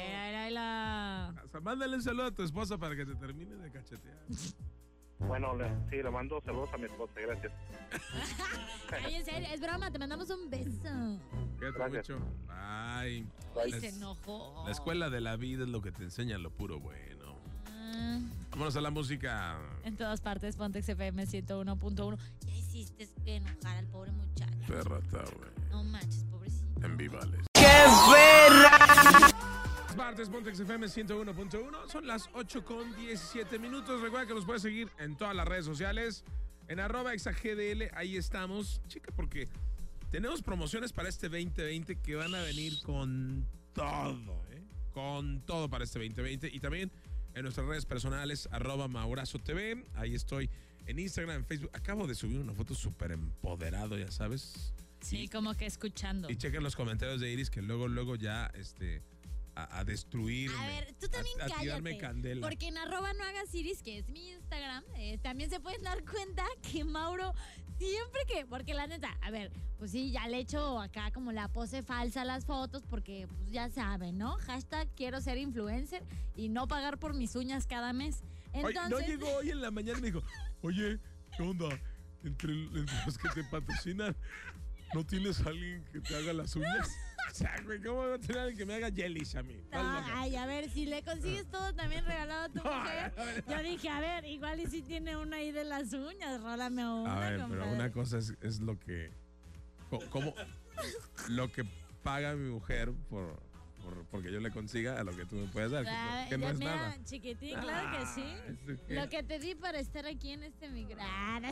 O sea, mándale un saludo a tu esposa para que te termine de cachetear. Bueno, sí, le mando saludos a mi esposa, gracias. Ay, en serio, es broma, te mandamos un beso. Cuídate mucho. Bye. Ay, se enojó. La escuela de la vida es lo que te enseña lo puro bueno. Vámonos a la música. En todas partes, Pontex FM 101.1. Ya hiciste enojar al pobre muchacho. Perra tarde. No manches, pobrecito. En Vivales. ¡Qué perra! partes, Pontex FM 101.1. Son las 8:17. Recuerda que nos puedes seguir en todas las redes sociales. En @exagdl, ahí estamos. Chica, porque tenemos promociones para este 2020 que van a venir con todo, con todo para este 2020. Y también en nuestras redes personales, @MaurazoTV. Ahí estoy en Instagram, en Facebook. Acabo de subir una foto súper empoderado, ya sabes. Sí, como que escuchando. Y chequen los comentarios de Iris que luego ya a destruirme. A ver, tú también a tirarme cállate. candela. Porque en @nohagasiris, que es mi Instagram, también se pueden dar cuenta que Mauro siempre que, porque la neta, a ver, pues sí, ya le echo acá como la pose falsa a las fotos porque pues ya saben, ¿no? Hashtag quiero ser influencer y no pagar por mis uñas cada mes. Entonces, No llegó hoy en la mañana y me dijo, oye, ¿qué onda? Entre los que te patrocinan, ¿no tienes a alguien que te haga las uñas? O sea, güey, ¿cómo va a tener alguien que me haga jellies a mí? ay, a ver, si le consigues todo también regalado a tu mujer. Yo dije, a ver, igual y si tiene una ahí de las uñas, rólame una, A ver, compadre. pero una cosa es lo que... ¿Cómo? Lo que paga mi mujer porque yo le consiga a lo que tú me puedes dar, que no es mira, nada. chiquitín, claro que sí. ¿eso qué? Lo que te di para estar aquí en este micrófono.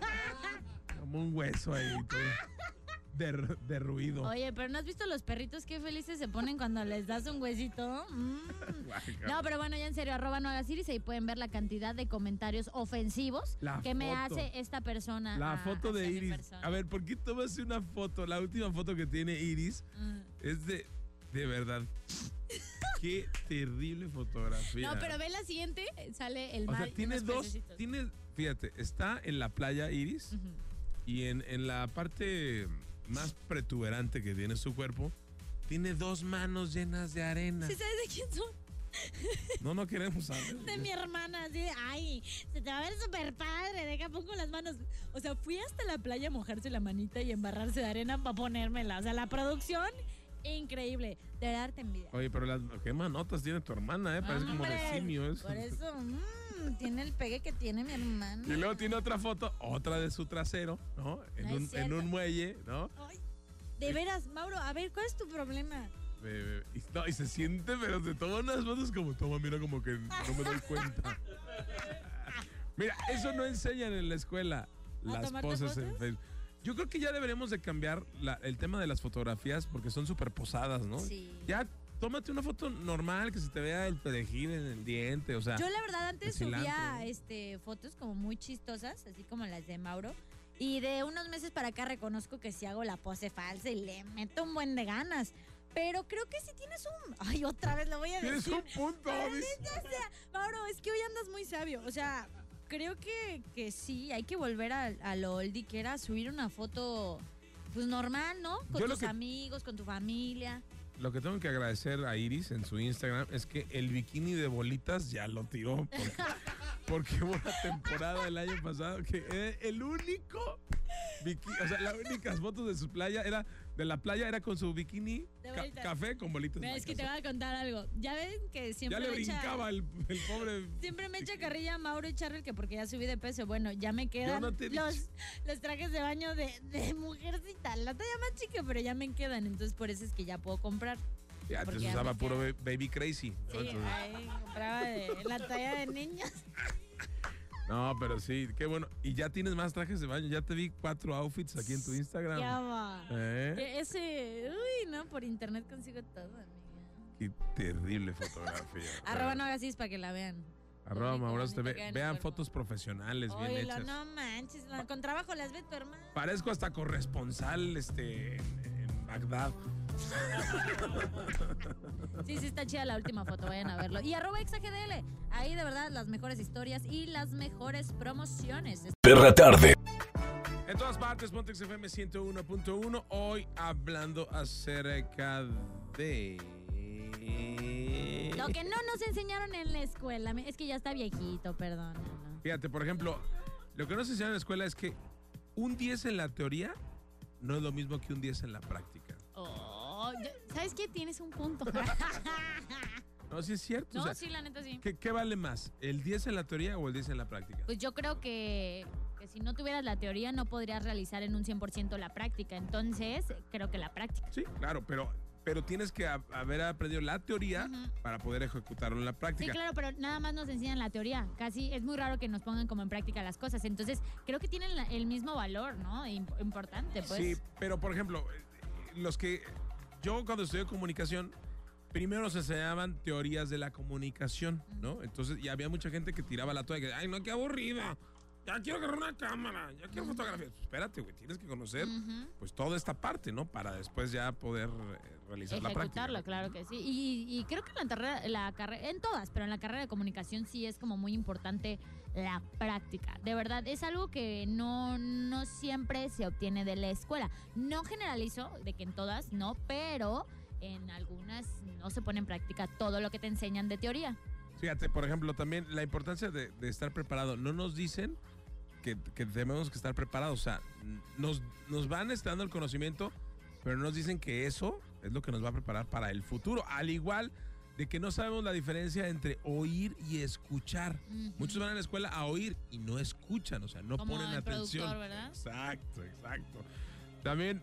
Como un hueso ahí, todo derruido. Oye, pero ¿no has visto los perritos qué felices se ponen cuando les das un huesito? No, pero bueno, ya en serio, @nohagasiris, ahí pueden ver la cantidad de comentarios ofensivos que me hace esta persona. La foto de hacia mi Iris. persona. A ver, ¿por qué tomas una foto? La última foto que tiene Iris es de verdad. Qué terrible fotografía. No, pero ve la siguiente, sale el O mar. sea, tiene y unos dos, pececitos. fíjate, está en la playa Iris y en la parte más protuberante que tiene su cuerpo, tiene 2 manos llenas de arena. ¿Sí sabes de quién son? No queremos saber. De mi hermana, así de, ay, se te va a ver súper padre, deja pongo las manos. O sea, fui hasta la playa a mojarse la manita y embarrarse de arena para ponérmela. O sea, la producción, increíble. De darte envidia. Oye, pero qué manotas tiene tu hermana, parece como de Hombre, simio eso. Por eso, tiene el pegue que tiene mi hermana. Y luego tiene otra foto, otra de su trasero, ¿no? No es En cierto. un muelle, ¿no? Ay, de veras, Mauro, a ver, ¿cuál es tu problema? Y se siente, pero se toma unas fotos como, mira, como que no me doy cuenta. Mira, eso no enseñan en la escuela, las tomarte poses en fotos? Facebook. Yo creo que ya deberíamos de cambiar el tema de las fotografías porque son súper posadas, ¿no? Sí. Ya, tómate una foto normal, que se te vea el perejil en el diente, o sea. Yo la verdad antes el subía cilantro. fotos como muy chistosas, así como las de Mauro. Y de unos meses para acá reconozco que sí hago la pose falsa y le meto un buen de ganas. Pero creo que sí tienes un... Ay, otra vez lo voy a Tienes decir. un punto, Maldita sea. Mauro, es que hoy andas muy sabio. O sea, creo que sí, hay que volver a lo oldie, que era subir una foto pues normal, ¿no? Con tus amigos, con tu familia. Lo que tengo que agradecer a Iris en su Instagram es que el bikini de bolitas ya lo tiró. Porque hubo una temporada el año pasado que era el único bikini, o sea, las únicas fotos de su playa de la playa era con su bikini café con bolitas. Mira, es que te voy a contar algo. Ya ven que siempre ya le brincaba el pobre. Siempre me echa carrilla a Mauro y Charlie que porque ya subí de peso. Bueno, ya me quedan los trajes de baño de mujercita. La talla más chica, pero ya me quedan. Entonces por eso es que ya puedo comprar. Ya antes usaba puro baby crazy. ¿No? Sí, ahí compraba la talla de niños. No, pero sí, qué bueno. Y ya tienes más trajes de baño. Ya te vi 4 outfits aquí en tu Instagram. Ya va. No, por internet consigo todo, amiga. Qué terrible fotografía. @nohagasiris para que la vean. @MaurazoTV. Vean fotos profesionales bien hechas. No manches, con trabajo las ve tu hermano. Parezco hasta corresponsal en Bagdad. Sí, está chida la última foto, vayan a verlo. Y @exagdl, ahí de verdad las mejores historias y las mejores promociones. Perra tarde. En todas partes, Pontex FM 101.1. Hoy hablando acerca de... Lo que no nos enseñaron en la escuela. Es que ya está viejito, perdón. Fíjate, por ejemplo, lo que nos enseñaron en la escuela es que un 10 en la teoría no es lo mismo que un 10 en la práctica. ¿Sabes qué? Tienes un punto. No, sí es cierto. No, o sea, sí, la neta sí. ¿Qué vale más? ¿El 10 en la teoría o el 10 en la práctica? Pues yo creo que si no tuvieras la teoría no podrías realizar en un 100% la práctica. Entonces, creo que la práctica. Sí, claro, pero pero tienes que haber aprendido la teoría para poder ejecutarlo en la Sí, práctica. claro, pero nada más nos enseñan la teoría. Casi es muy raro que nos pongan como en práctica las cosas. Entonces, creo que tienen el mismo valor, ¿no? Importante, pues. Sí, pero por ejemplo, yo cuando estudié comunicación, primero nos enseñaban teorías de la comunicación, ¿no? Entonces, y había mucha gente que tiraba la toalla, que, ay, no, qué aburrida. Ya quiero agarrar una cámara, ya quiero fotografía. Pues, espérate, güey, tienes que conocer pues toda esta parte, ¿no? Para después ya poder realizar la práctica. Ejecutarlo, claro que sí. Y creo que la carrera, en todas, pero en la carrera de comunicación sí es como muy importante la práctica. De verdad, es algo que no siempre se obtiene de la escuela. No generalizo de que en todas, no, pero en algunas no se pone en práctica todo lo que te enseñan de teoría. Fíjate, por ejemplo, también la importancia de estar preparado. No nos dicen que tenemos que estar preparados. O sea, nos van dando el conocimiento, pero nos dicen que eso es lo que nos va a preparar para el futuro. Al igual de que no sabemos la diferencia entre oír y escuchar. Muchos van a la escuela a oír y no escuchan, o sea, no Como ponen el atención. productor, ¿verdad? Exacto. También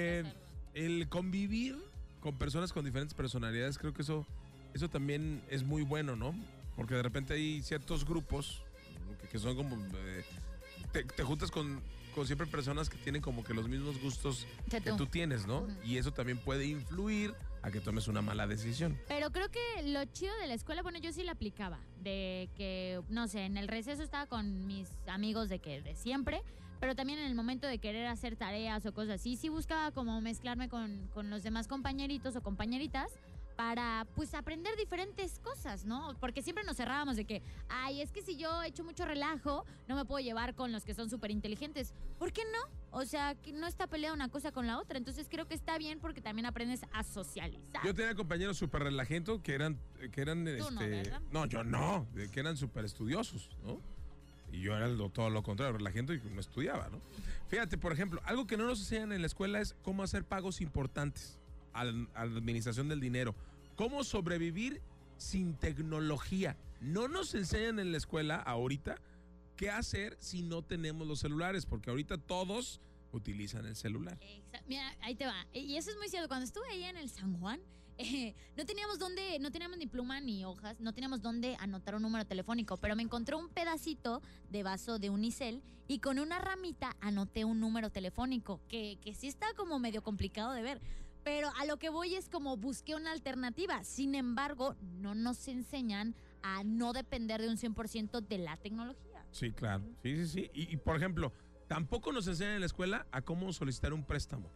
el convivir con personas con diferentes personalidades, creo que eso también es muy bueno, ¿no? Porque de repente hay ciertos grupos que son como... te juntas con siempre personas que tienen como que los mismos gustos que tú tienes, ¿no? Y eso también puede influir a que tomes una mala decisión. Pero creo que lo chido de la escuela, bueno, yo sí la aplicaba, de que, no sé, en el receso estaba con mis amigos de siempre, pero también en el momento de querer hacer tareas o cosas así, sí buscaba como mezclarme con los demás compañeritos o compañeritas para, pues, aprender diferentes cosas, ¿no? Porque siempre nos cerrábamos de que, ay, es que si yo echo mucho relajo, no me puedo llevar con los que son súper inteligentes. ¿Por qué no? O sea, que no está peleada una cosa con la otra. Entonces creo que está bien porque también aprendes a socializar. Yo tenía compañeros súper relajentos que eran Tú no, ¿verdad? no, yo no, que eran súper estudiosos, ¿no? Y yo era todo lo contrario, relajento y no estudiaba, ¿no? Fíjate, por ejemplo, algo que no nos enseñan en la escuela es cómo hacer pagos importantes a la administración del dinero. Cómo sobrevivir sin tecnología. No nos enseñan en la escuela ahorita qué hacer si no tenemos los celulares, porque ahorita todos utilizan el celular. Mira, ahí te va. Y eso es muy cierto. Cuando estuve ahí en el San Juan, no teníamos ni pluma ni hojas, no teníamos dónde anotar un número telefónico, pero me encontré un pedacito de vaso de unicel y con una ramita anoté un número telefónico, que sí está como medio complicado de ver. Pero a lo que voy es como busqué una alternativa. Sin embargo, no nos enseñan a no depender de un 100% de la tecnología. Sí, claro. Sí. Y por ejemplo, tampoco nos enseñan en la escuela a cómo solicitar un préstamo.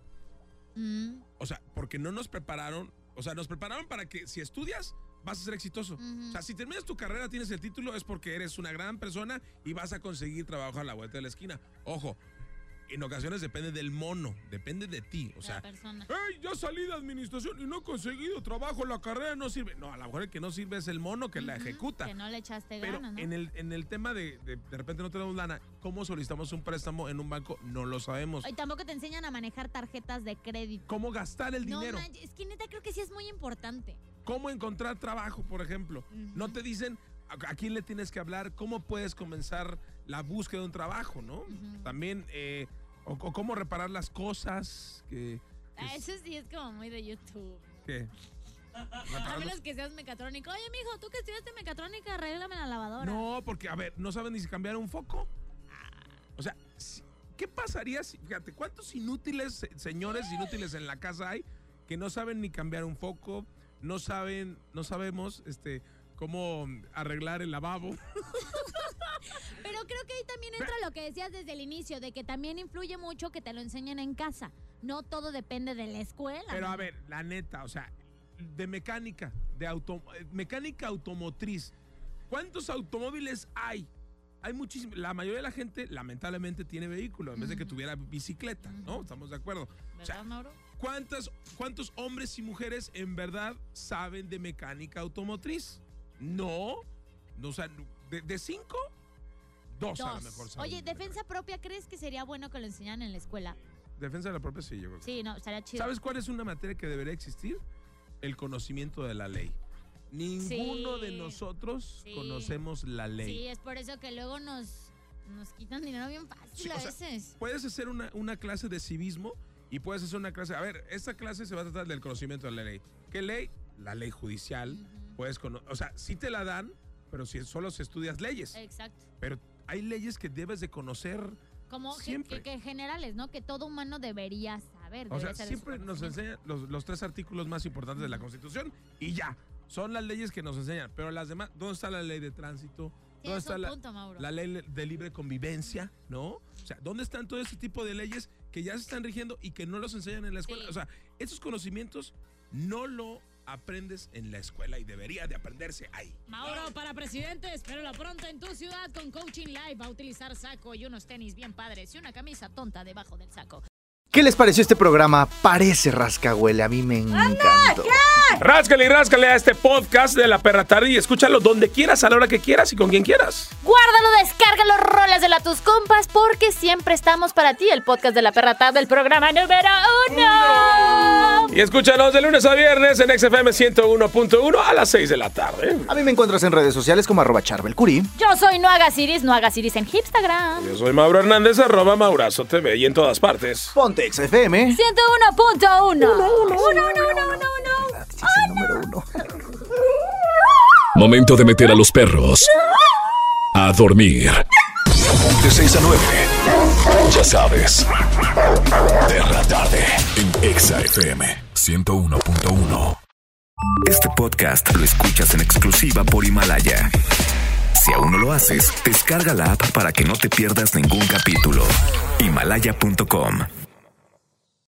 O sea, porque no nos prepararon. O sea, nos prepararon para que si estudias, vas a ser exitoso. O sea, si terminas tu carrera, tienes el título, es porque eres una gran persona y vas a conseguir trabajo a la vuelta de la esquina. Ojo. En ocasiones depende del mono, depende de ti. O sea, hey, ya salí de administración y no he conseguido trabajo, la carrera no sirve. No, a lo mejor el que no sirve es el mono que la ejecuta. Que no le echaste Pero ganas, ¿no? en el tema de repente no tenemos lana, ¿cómo solicitamos un préstamo en un banco? No lo sabemos. Y tampoco te enseñan a manejar tarjetas de crédito. ¿Cómo gastar el dinero? No, es que neta creo que sí es muy importante. ¿Cómo encontrar trabajo, por ejemplo? No te dicen a quién le tienes que hablar, cómo puedes comenzar la búsqueda de un trabajo, ¿no? También... O cómo reparar las cosas Eso sí es como muy de YouTube. ¿Qué? A menos que seas mecatrónico. Oye, mijo, tú que estudiaste mecatrónica, arréglame la lavadora. No, porque, a ver, no saben ni si cambiar un foco. O sea, ¿qué pasaría si, fíjate, cuántos señores inútiles en la casa hay que no saben ni cambiar un foco, no sabemos, cómo arreglar el lavabo? Pero creo que ahí también entra lo que decías desde el inicio, de que también influye mucho que te lo enseñen en casa. No todo depende de la escuela. Pero ¿no? a ver, la neta, o sea, de mecánica, mecánica automotriz, ¿cuántos automóviles hay? Hay muchísimos. La mayoría de la gente, lamentablemente, tiene vehículo en vez de que tuviera bicicleta, ¿no? ¿Estamos de acuerdo? ¿Verdad, o sea, Mauro? ¿Cuántos hombres y mujeres en verdad saben de mecánica automotriz? No, o sea, de 5, 2 a lo mejor saben. Oye, defensa propia, ¿crees que sería bueno que lo enseñaran en la escuela? Defensa de la propia, sí, yo creo que sí. No, estaría chido. ¿Sabes cuál es una materia que debería existir? El conocimiento de la ley. Ninguno de nosotros conocemos la ley. Sí, es por eso que luego nos quitan dinero bien fácil a veces. Puedes hacer una clase de civismo y puedes hacer una clase. A ver, esta clase se va a tratar del conocimiento de la ley. ¿Qué ley? La ley judicial. Puedes o sea, sí te la dan, pero si solo se estudias leyes. Exacto. Pero hay leyes que debes de conocer como siempre. que generales, ¿no? Que todo humano debería saber. O sea, siempre nos enseñan los 3 artículos más importantes de la Constitución y ya. Son las leyes que nos enseñan. Pero las demás, ¿dónde está la ley de tránsito? ¿Dónde está la ley de libre convivencia? ¿No? O sea, ¿dónde están todo ese tipo de leyes que ya se están rigiendo y que no los enseñan en la escuela? Sí. O sea, esos conocimientos no lo aprendes en la escuela y debería de aprenderse ahí. Mauro, para presidente, espéralo pronto en tu ciudad con Coaching Live. Va a utilizar saco y unos tenis bien padres y una camisa tonta debajo del saco. ¿Qué les pareció este programa? Parece rascahuele, a mí me encantó. Ráscale y ráscale a este podcast de La Perra Tarde y escúchalo donde quieras, a la hora que quieras y con quien quieras. Guárdalo, descárgalo, rolas de tus compas, porque siempre estamos para ti, el podcast de La Perra Tarde, el programa número 1. Y escúchanos de lunes a viernes en XFM 101.1 a las 6 de la tarde. A mí me encuentras en redes sociales como @charbelcuri. Yo soy No Hagas Iris en Instagram. Yo soy Mauro Hernández, @Maurazo TV y en todas partes. Ponte XFM 101.1. Número 1. Momento de meter a los perros a dormir. De 6 a 9. Ya sabes. Perra Tarde en XFM 101.1. Este podcast lo escuchas en exclusiva por Himalaya. Si aún no lo haces, descarga la app para que no te pierdas ningún capítulo. Himalaya.com